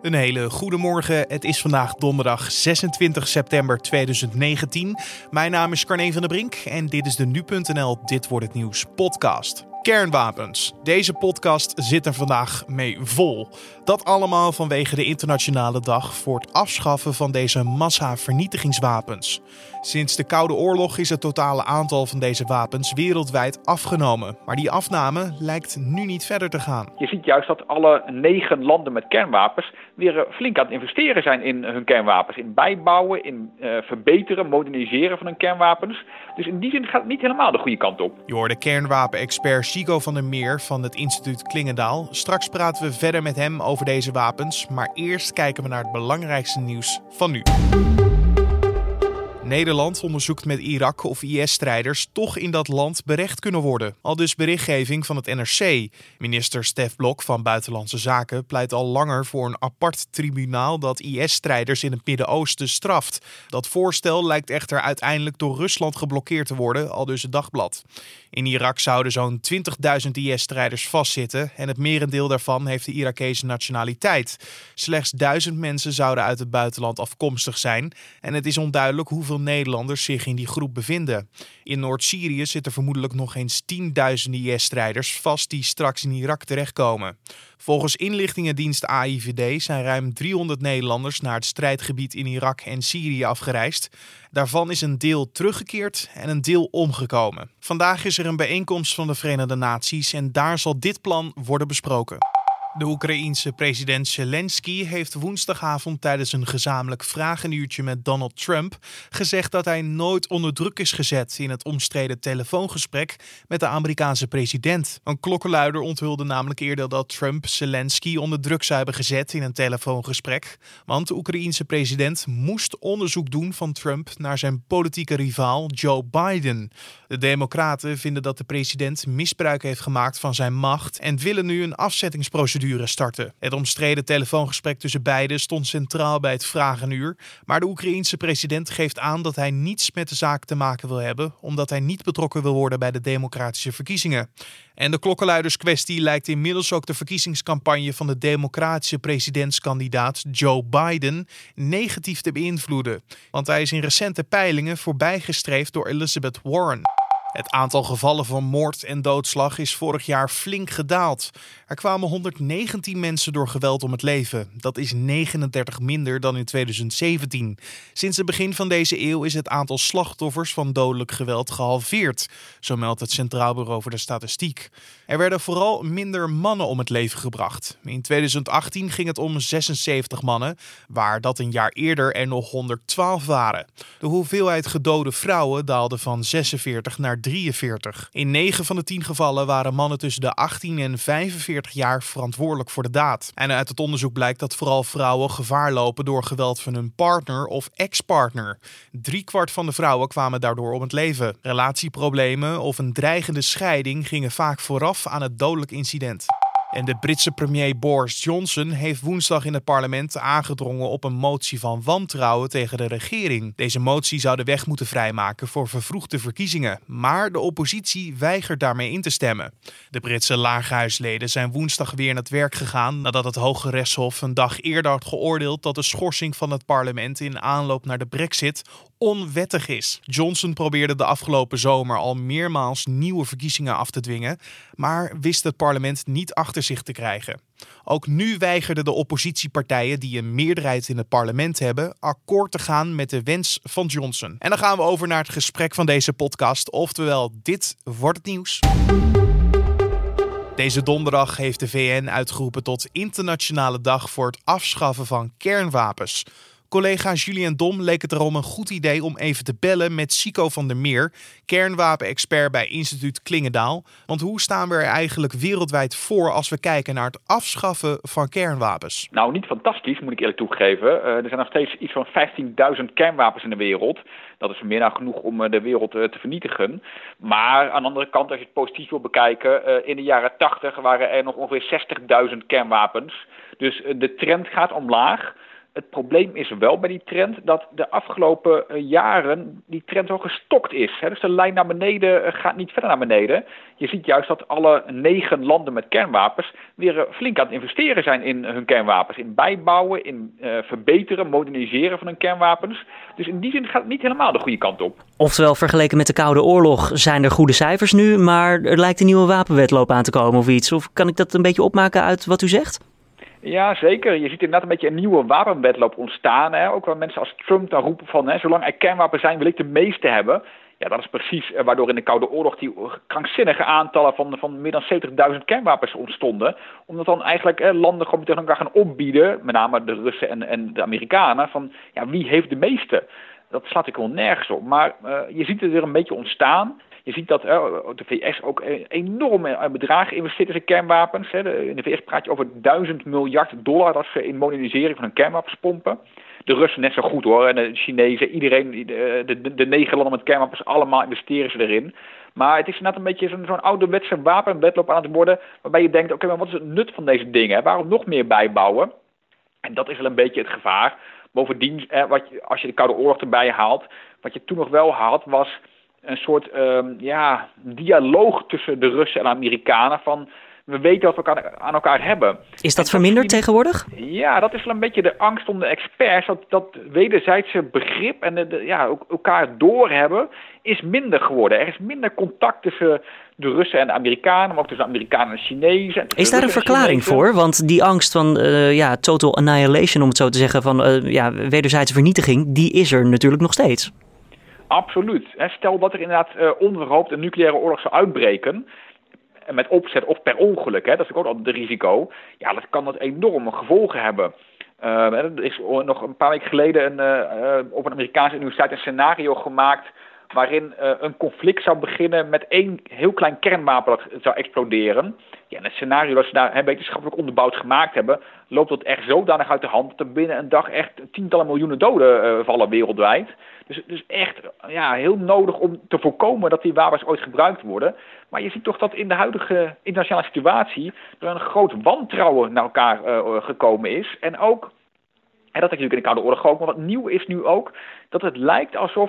Een hele goede morgen. Het is vandaag donderdag 26 september 2019. Mijn naam is Carne van der Brink en dit is de Nu.nl Dit Wordt Het Nieuws podcast. Kernwapens. Deze podcast zit er vandaag mee vol. Dat allemaal vanwege de internationale dag voor het afschaffen van deze massavernietigingswapens. Sinds de Koude Oorlog is het totale aantal van deze wapens wereldwijd afgenomen. Maar die afname lijkt nu niet verder te gaan. Je ziet juist dat alle 9 landen met kernwapens weer flink aan het investeren zijn in hun kernwapens. In bijbouwen, in verbeteren, moderniseren van hun kernwapens. Dus in die zin gaat het niet helemaal de goede kant op. Je hoorde kernwapenexpert Chico van der Meer van het instituut Klingendaal. Straks praten we verder met hem over deze wapens. Maar eerst kijken we naar het belangrijkste nieuws van nu. Nederland onderzoekt met Irak of IS-strijders toch in dat land berecht kunnen worden. Aldus berichtgeving van het NRC. Minister Stef Blok van Buitenlandse Zaken pleit al langer voor een apart tribunaal dat IS-strijders in het Midden-Oosten straft. Dat voorstel lijkt echter uiteindelijk door Rusland geblokkeerd te worden, aldus het Dagblad. In Irak zouden zo'n 20.000 IS-strijders vastzitten en het merendeel daarvan heeft de Irakese nationaliteit. Slechts 1000 mensen zouden uit het buitenland afkomstig zijn en het is onduidelijk hoeveel Nederlanders zich in die groep bevinden. In Noord-Syrië zitten vermoedelijk nog eens 10.000 IS-strijders vast die straks in Irak terechtkomen. Volgens inlichtingendienst AIVD zijn ruim 300 Nederlanders naar het strijdgebied in Irak en Syrië afgereisd. Daarvan is een deel teruggekeerd en een deel omgekomen. Vandaag is er een bijeenkomst van de Verenigde Naties en daar zal dit plan worden besproken. De Oekraïense president Zelensky heeft woensdagavond tijdens een gezamenlijk vragenuurtje met Donald Trump gezegd dat hij nooit onder druk is gezet in het omstreden telefoongesprek met de Amerikaanse president. Een klokkenluider onthulde namelijk eerder dat Trump Zelensky onder druk zou hebben gezet in een telefoongesprek, want de Oekraïense president moest onderzoek doen van Trump naar zijn politieke rivaal Joe Biden. De Democraten vinden dat de president misbruik heeft gemaakt van zijn macht en willen nu een afzettingsprocedure starten. Het omstreden telefoongesprek tussen beiden stond centraal bij het vragenuur, maar de Oekraïense president geeft aan dat hij niets met de zaak te maken wil hebben, omdat hij niet betrokken wil worden bij de democratische verkiezingen. En de klokkenluiderskwestie lijkt inmiddels ook de verkiezingscampagne van de democratische presidentskandidaat Joe Biden negatief te beïnvloeden, want hij is in recente peilingen voorbijgestreefd door Elizabeth Warren. Het aantal gevallen van moord en doodslag is vorig jaar flink gedaald. Er kwamen 119 mensen door geweld om het leven. Dat is 39 minder dan in 2017. Sinds het begin van deze eeuw is het aantal slachtoffers van dodelijk geweld gehalveerd, zo meldt het Centraal Bureau voor de Statistiek. Er werden vooral minder mannen om het leven gebracht. In 2018 ging het om 76 mannen, waar dat een jaar eerder er nog 112 waren. De hoeveelheid gedode vrouwen daalde van 46 naar 43. In 9 van de 10 gevallen waren mannen tussen de 18 en 45 jaar verantwoordelijk voor de daad. En uit het onderzoek blijkt dat vooral vrouwen gevaar lopen door geweld van hun partner of ex-partner. 3/4 van de vrouwen kwamen daardoor om het leven. Relatieproblemen of een dreigende scheiding gingen vaak vooraf aan het dodelijk incident. En de Britse premier Boris Johnson heeft woensdag in het parlement aangedrongen op een motie van wantrouwen tegen de regering. Deze motie zou de weg moeten vrijmaken voor vervroegde verkiezingen, maar de oppositie weigert daarmee in te stemmen. De Britse lagerhuisleden zijn woensdag weer aan het werk gegaan nadat het Hoge Rechtshof een dag eerder had geoordeeld dat de schorsing van het parlement in aanloop naar de Brexit onwettig is. Johnson probeerde de afgelopen zomer al meermaals nieuwe verkiezingen af te dwingen, maar wist het parlement niet achter zich te krijgen. Ook nu weigerden de oppositiepartijen die een meerderheid in het parlement hebben akkoord te gaan met de wens van Johnson. En dan gaan we over naar het gesprek van deze podcast, oftewel dit wordt het nieuws. Deze donderdag heeft de VN uitgeroepen tot Internationale Dag voor het afschaffen van kernwapens. Collega Julien Dom leek het erom een goed idee om even te bellen met Chico van der Meer, kernwapenexpert bij instituut Klingendaal. Want hoe staan we er eigenlijk wereldwijd voor als we kijken naar het afschaffen van kernwapens? Nou, niet fantastisch, moet ik eerlijk toegeven. Er zijn nog steeds iets van 15.000 kernwapens in de wereld. Dat is meer dan genoeg om de wereld te vernietigen. Maar aan de andere kant, als je het positief wil bekijken, in de jaren 80 waren er nog ongeveer 60.000 kernwapens. Dus de trend gaat omlaag. Het probleem is wel bij die trend dat de afgelopen jaren die trend wel gestokt is. Dus de lijn naar beneden gaat niet verder naar beneden. Je ziet juist dat alle 9 landen met kernwapens weer flink aan het investeren zijn in hun kernwapens. In bijbouwen, in verbeteren, moderniseren van hun kernwapens. Dus in die zin gaat het niet helemaal de goede kant op. Oftewel, vergeleken met de Koude Oorlog zijn er goede cijfers nu, maar er lijkt een nieuwe wapenwetloop aan te komen of iets. Of kan ik dat een beetje opmaken uit wat u zegt? Ja, zeker. Je ziet inderdaad een beetje een nieuwe wapenwetloop ontstaan. Ook waar mensen als Trump dan roepen van, zolang er kernwapens zijn wil ik de meeste hebben. Ja, dat is precies waardoor in de Koude Oorlog die krankzinnige aantallen van meer dan 70.000 kernwapens ontstonden. Omdat dan eigenlijk landen gewoon tegen elkaar gaan opbieden, met name de Russen en de Amerikanen, van wie heeft de meeste? Dat slaat ik wel nergens op. Maar je ziet het weer een beetje ontstaan. Je ziet dat de VS ook enorme bedragen investeert in kernwapens. In de VS praat je over $1000 miljard dat ze in modernisering van hun kernwapens pompen. De Russen net zo goed hoor, en de Chinezen, iedereen, de 9 landen met kernwapens, allemaal investeren ze erin. Maar het is inderdaad een beetje zo'n ouderwetse wapenwetloop aan het worden, waarbij je denkt, oké, maar wat is het nut van deze dingen? Waarom nog meer bijbouwen? En dat is wel een beetje het gevaar. Bovendien, als je de Koude Oorlog erbij haalt, wat je toen nog wel had, was een soort dialoog tussen de Russen en de Amerikanen van we weten wat we aan elkaar hebben. Is dat verminderd tegenwoordig? Ja, dat is wel een beetje de angst om de experts. Dat wederzijdse begrip en elkaar doorhebben is minder geworden. Er is minder contact tussen de Russen en de Amerikanen, maar ook tussen de Amerikanen en de Chinezen. Is daar een verklaring voor? Want die angst van total annihilation, om het zo te zeggen, van wederzijdse vernietiging, die is er natuurlijk nog steeds. Absoluut. Stel dat er inderdaad onverhoopt een nucleaire oorlog zou uitbreken, met opzet of per ongeluk, dat is ook altijd het risico. Ja, dat kan enorme gevolgen hebben. Er is nog een paar weken geleden op een Amerikaanse universiteit een scenario gemaakt waarin een conflict zou beginnen met 1 heel klein kernwapen dat zou exploderen. Ja, en het scenario dat ze daar wetenschappelijk onderbouwd gemaakt hebben, loopt dat echt zodanig uit de hand dat er binnen een dag echt tientallen miljoenen doden vallen wereldwijd. Dus echt heel nodig om te voorkomen dat die wapens ooit gebruikt worden. Maar je ziet toch dat in de huidige internationale situatie er een groot wantrouwen naar elkaar gekomen is. En ook, dat heb je natuurlijk in de Koude Oorlog ook, maar wat nieuw is nu ook, dat het lijkt alsof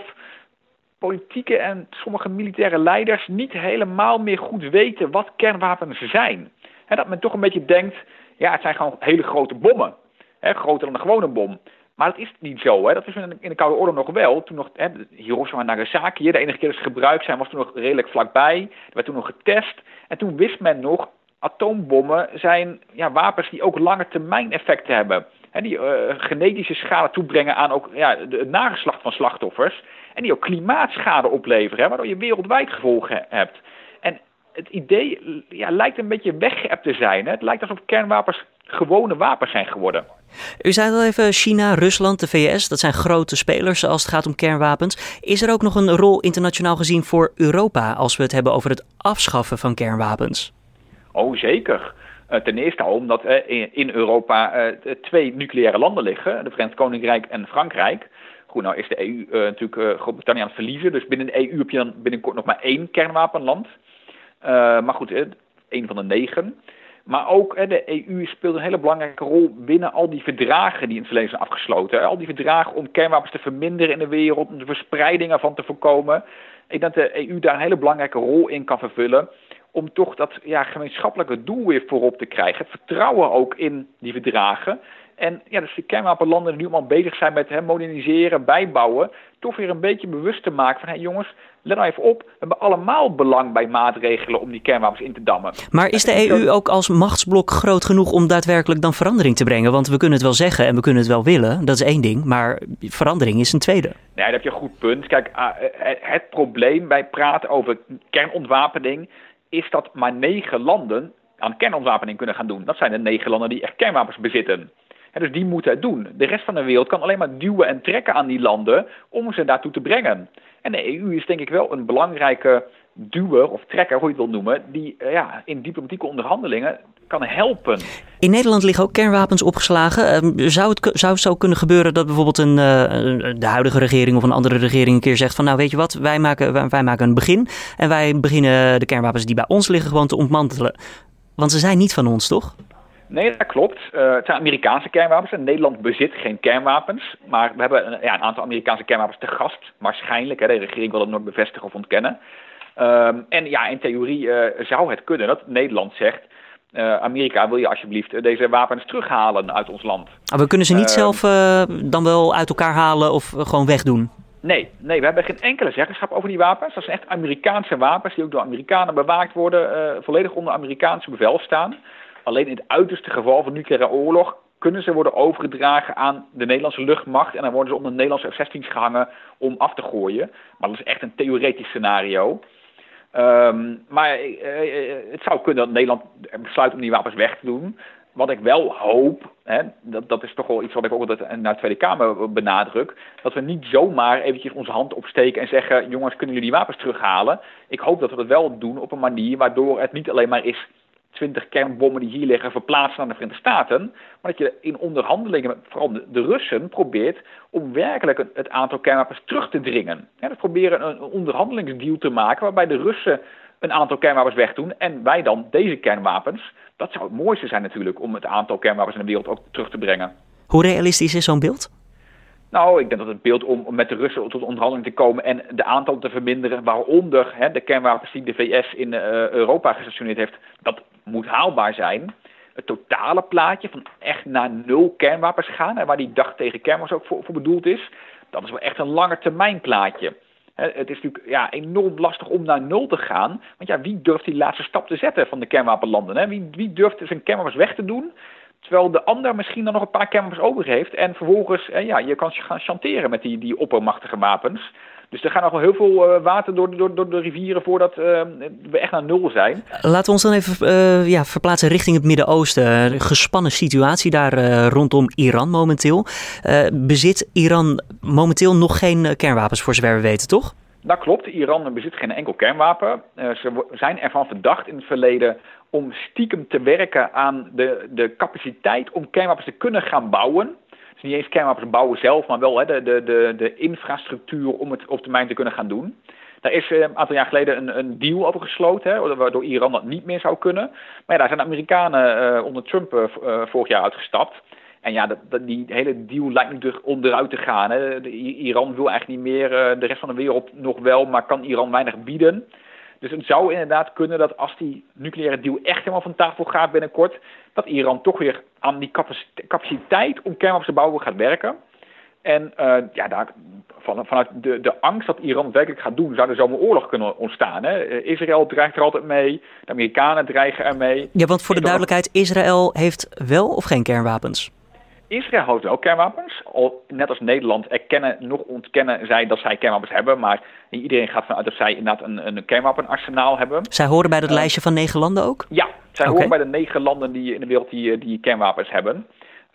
politieke en sommige militaire leiders niet helemaal meer goed weten wat kernwapens zijn. Dat men toch een beetje denkt, het zijn gewoon hele grote bommen. Groter dan een gewone bom. Maar dat is niet zo. Dat is in de Koude Oorlog nog wel. Toen nog Hiroshima en Nagasaki, de enige keer dat ze gebruikt zijn, was toen nog redelijk vlakbij. Er werd toen nog getest. En toen wist men nog, atoombommen zijn wapens die ook lange termijn effecten hebben. Die genetische schade toebrengen aan ook het nageslacht van slachtoffers. En die ook klimaatschade opleveren, waardoor je wereldwijd gevolgen hebt. En het idee lijkt een beetje weggeëpt te zijn. Het lijkt alsof kernwapens gewone wapens zijn geworden. U zei al even China, Rusland, de VS, dat zijn grote spelers als het gaat om kernwapens. Is er ook nog een rol internationaal gezien voor Europa als we het hebben over het afschaffen van kernwapens? Oh, zeker. Ten eerste al omdat in Europa 2 nucleaire landen liggen, de Verenigd Koninkrijk en Frankrijk. Goed, nou is de EU natuurlijk Groot-Brittannië aan het verliezen, dus binnen de EU heb je dan binnenkort nog maar 1 kernwapenland. Maar goed, 1 van de 9. Maar ook de EU speelt een hele belangrijke rol binnen al die verdragen die in het verleden zijn afgesloten. Al die verdragen om kernwapens te verminderen in de wereld, om de verspreiding ervan te voorkomen. Ik denk dat de EU daar een hele belangrijke rol in kan vervullen om toch dat gemeenschappelijke doel weer voorop te krijgen. Het vertrouwen ook in die verdragen. En dus de kernwapenlanden die nu allemaal bezig zijn met moderniseren, bijbouwen, toch weer een beetje bewust te maken van jongens, let nou even op, we hebben allemaal belang bij maatregelen om die kernwapens in te dammen. Maar is de EU ook als machtsblok groot genoeg om daadwerkelijk dan verandering te brengen? Want we kunnen het wel zeggen en we kunnen het wel willen, dat is 1 ding, maar verandering is een tweede. Nee, dat heb je een goed punt. Kijk, het probleem bij praten over kernontwapening is dat maar 9 landen aan kernontwapening kunnen gaan doen. Dat zijn de 9 landen die echt kernwapens bezitten. Dus die moeten het doen. De rest van de wereld kan alleen maar duwen en trekken aan die landen om ze daartoe te brengen. En de EU is denk ik wel een belangrijke duwer of trekker, hoe je het wil noemen, die in diplomatieke onderhandelingen kan helpen. In Nederland liggen ook kernwapens opgeslagen. Zou het zo kunnen gebeuren dat bijvoorbeeld de huidige regering of een andere regering een keer zegt van weet je wat, wij maken een begin en wij beginnen de kernwapens die bij ons liggen gewoon te ontmantelen. Want ze zijn niet van ons, toch? Nee, dat klopt. Het zijn Amerikaanse kernwapens en Nederland bezit geen kernwapens. Maar we hebben een aantal Amerikaanse kernwapens te gast, waarschijnlijk. Hè, de regering wil het nooit bevestigen of ontkennen. En ja, in theorie zou het kunnen dat Nederland zegt... Amerika, wil je alsjeblieft deze wapens terughalen uit ons land? We kunnen ze niet zelf dan wel uit elkaar halen of gewoon wegdoen? Nee, we hebben geen enkele zeggenschap over die wapens. Dat zijn echt Amerikaanse wapens die ook door Amerikanen bewaakt worden, volledig onder Amerikaanse bevel staan. Alleen in het uiterste geval van nucleaire oorlog kunnen ze worden overgedragen aan de Nederlandse luchtmacht en dan worden ze onder Nederlandse F-16's gehangen om af te gooien. Maar dat is echt een theoretisch scenario. Maar het zou kunnen dat Nederland besluit om die wapens weg te doen. Wat ik wel hoop, hè, dat is toch wel iets wat ik ook altijd naar de Tweede Kamer benadruk, dat we niet zomaar eventjes onze hand opsteken en zeggen, jongens, kunnen jullie die wapens terughalen? Ik hoop dat we dat wel doen op een manier waardoor het niet alleen maar is 20 kernbommen die hier liggen verplaatsen naar de Verenigde Staten, maar dat je in onderhandelingen met vooral de Russen probeert om werkelijk het aantal kernwapens terug te dringen. Ja, dat proberen een onderhandelingsdeal te maken waarbij de Russen een aantal kernwapens wegdoen en wij dan deze kernwapens. Dat zou het mooiste zijn natuurlijk om het aantal kernwapens in de wereld ook terug te brengen. Hoe realistisch is zo'n beeld? Nou, ik denk dat het beeld om met de Russen tot onderhandeling te komen en de aantal te verminderen, waaronder de kernwapens die de VS in Europa gestationeerd heeft, dat moet haalbaar zijn. Het totale plaatje van echt naar 0 kernwapens gaan, en waar die dag tegen kernwapens ook voor bedoeld is, dat is wel echt een langetermijn plaatje. Het is natuurlijk enorm lastig om naar 0 te gaan. Want ja, wie durft die laatste stap te zetten van de kernwapenlanden? Hè? Wie durft zijn kernwapens weg te doen? Terwijl de ander misschien dan nog een paar kernwapens over heeft. En vervolgens, je kan gaan chanteren met die oppermachtige wapens. Dus er gaat nog wel heel veel water door de rivieren voordat we echt naar 0 zijn. Laten we ons dan even verplaatsen richting het Midden-Oosten. Gespannen situatie daar rondom Iran momenteel. Bezit Iran momenteel nog geen kernwapens voor zover we weten, toch? Dat klopt. Iran bezit geen enkel kernwapen. Ze zijn ervan verdacht in het verleden om stiekem te werken aan de capaciteit om kernwapens te kunnen gaan bouwen. Dus niet eens kernwapens bouwen zelf, maar wel de infrastructuur om het op termijn te kunnen gaan doen. Daar is een aantal jaar geleden een deal over gesloten, waardoor Iran dat niet meer zou kunnen. Maar ja, daar zijn de Amerikanen onder Trump vorig jaar uitgestapt. En ja, die hele deal lijkt nu onderuit te gaan. Hè. Iran wil eigenlijk niet meer, de rest van de wereld nog wel, maar kan Iran weinig bieden. Dus het zou inderdaad kunnen dat als die nucleaire deal echt helemaal van tafel gaat binnenkort, dat Iran toch weer aan die capaciteit om kernwapens te bouwen gaat werken. En vanuit de angst dat Iran het werkelijk gaat doen, zou er zomaar oorlog kunnen ontstaan. Hè? Israël dreigt er altijd mee, de Amerikanen dreigen ermee. Ja, want voor de duidelijkheid, Israël heeft wel of geen kernwapens? Israël heeft wel kernwapens. Net als Nederland ontkennen zij dat zij kernwapens hebben. Maar iedereen gaat vanuit dat zij inderdaad een kernwapenarsenaal hebben. Zij horen bij dat lijstje van 9 landen ook? Ja, zij horen bij de 9 landen die in de wereld die kernwapens hebben.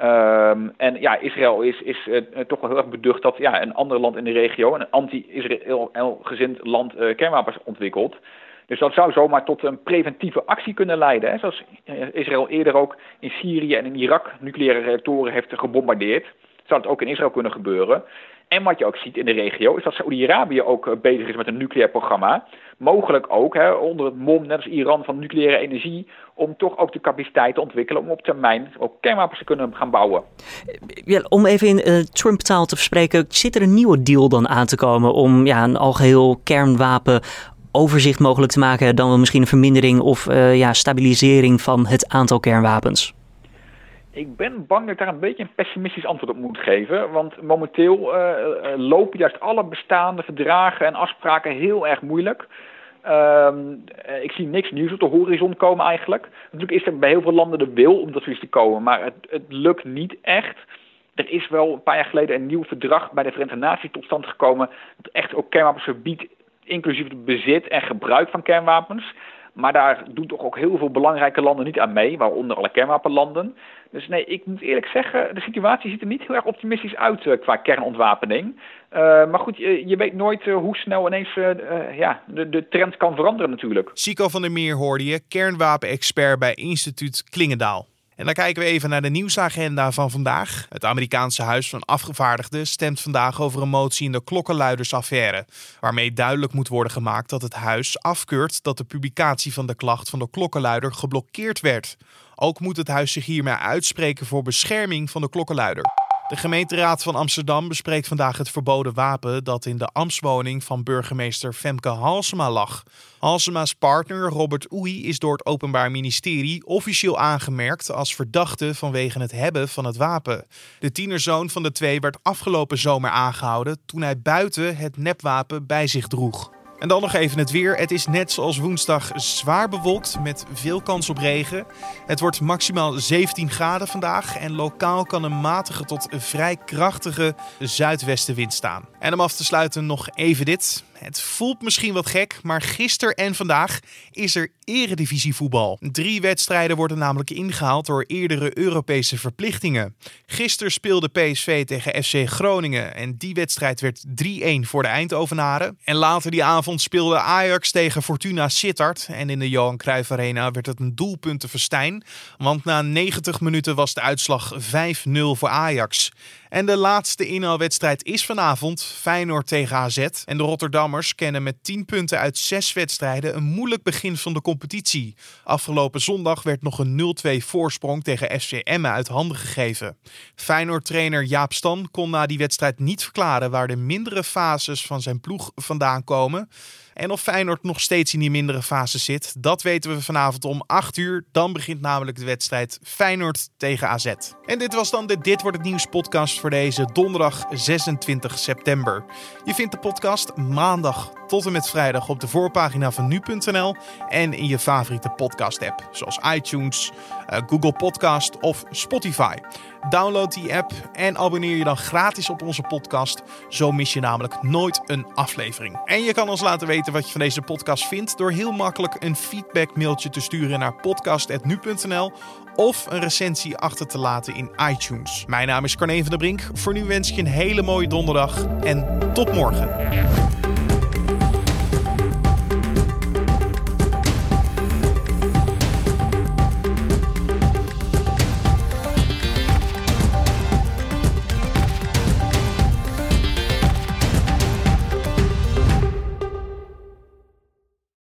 En ja, Israël is toch wel heel erg beducht dat een ander land in de regio, een anti-Israël gezind land, kernwapens ontwikkelt. Dus dat zou zomaar tot een preventieve actie kunnen leiden. Hè? Zoals Israël eerder ook in Syrië en in Irak nucleaire reactoren heeft gebombardeerd. Zou het ook in Israël kunnen gebeuren. En wat je ook ziet in de regio is dat Saoedi-Arabië ook bezig is met een nucleair programma. Mogelijk ook onder het mom, net als Iran, van nucleaire energie, om toch ook de capaciteit te ontwikkelen om op termijn ook kernwapens te kunnen gaan bouwen. Ja, om even in Trump-taal te spreken, zit er een nieuwe deal dan aan te komen om een algeheel kernwapen overzicht mogelijk te maken dan wel misschien een vermindering of stabilisering van het aantal kernwapens? Ik ben bang dat ik daar een beetje een pessimistisch antwoord op moet geven. Want momenteel lopen juist alle bestaande verdragen en afspraken heel erg moeilijk. Ik zie niks nieuws op de horizon komen eigenlijk. Natuurlijk is er bij heel veel landen de wil om tot zoiets te komen, maar het lukt niet echt. Er is wel een paar jaar geleden een nieuw verdrag bij de Verenigde Naties tot stand gekomen dat echt ook kernwapens verbiedt, inclusief het bezit en gebruik van kernwapens. Maar daar doen toch ook heel veel belangrijke landen niet aan mee, waaronder alle kernwapenlanden. Dus nee, ik moet eerlijk zeggen, de situatie ziet er niet heel erg optimistisch uit qua kernontwapening. Maar goed, je weet nooit hoe snel ineens de trend kan veranderen natuurlijk. Sico van der Meer hoorde je, kernwapenexpert bij instituut Klingendaal. En dan kijken we even naar de nieuwsagenda van vandaag. Het Amerikaanse Huis van Afgevaardigden stemt vandaag over een motie in de klokkenluidersaffaire, waarmee duidelijk moet worden gemaakt dat het huis afkeurt dat de publicatie van de klacht van de klokkenluider geblokkeerd werd. Ook moet het huis zich hiermee uitspreken voor bescherming van de klokkenluider. De gemeenteraad van Amsterdam bespreekt vandaag het verboden wapen dat in de ambtswoning van burgemeester Femke Halsema lag. Halsema's partner Robert Oei is door het Openbaar Ministerie officieel aangemerkt als verdachte vanwege het hebben van het wapen. De tienerzoon van de twee werd afgelopen zomer aangehouden toen hij buiten het nepwapen bij zich droeg. En dan nog even het weer. Het is net zoals woensdag zwaar bewolkt met veel kans op regen. Het wordt maximaal 17 graden vandaag en lokaal kan een matige tot vrij krachtige zuidwestenwind staan. En om af te sluiten nog even dit. Het voelt misschien wat gek, maar gisteren en vandaag is er eredivisievoetbal. 3 wedstrijden worden namelijk ingehaald door eerdere Europese verplichtingen. Gisteren speelde PSV tegen FC Groningen en die wedstrijd werd 3-1 voor de Eindhovenaren. En later die avond speelde Ajax tegen Fortuna Sittard en in de Johan Cruijff Arena werd het een doelpuntenfestijn, want na 90 minuten was de uitslag 5-0 voor Ajax. En de laatste inhaalwedstrijd is vanavond Feyenoord tegen AZ. En de Rotterdammers kennen met 10 punten uit 6 wedstrijden een moeilijk begin van de competitie. Afgelopen zondag werd nog een 0-2 voorsprong tegen FC Emmen uit handen gegeven. Feyenoord-trainer Jaap Stam kon na die wedstrijd niet verklaren waar de mindere fases van zijn ploeg vandaan komen. En of Feyenoord nog steeds in die mindere fase zit, dat weten we vanavond om 8 uur. Dan begint namelijk de wedstrijd Feyenoord tegen AZ. En dit was dan de Dit Wordt Het Nieuws podcast voor deze donderdag 26 september. Je vindt de podcast maandag tot en met vrijdag op de voorpagina van nu.nl en in je favoriete podcast app, zoals iTunes, Google Podcast of Spotify. Download die app en abonneer je dan gratis op onze podcast. Zo mis je namelijk nooit een aflevering. En je kan ons laten weten wat je van deze podcast vindt door heel makkelijk een feedbackmailtje te sturen naar podcast@nu.nl of een recensie achter te laten in iTunes. Mijn naam is Carne van der Brink. Voor nu wens ik je een hele mooie donderdag en tot morgen.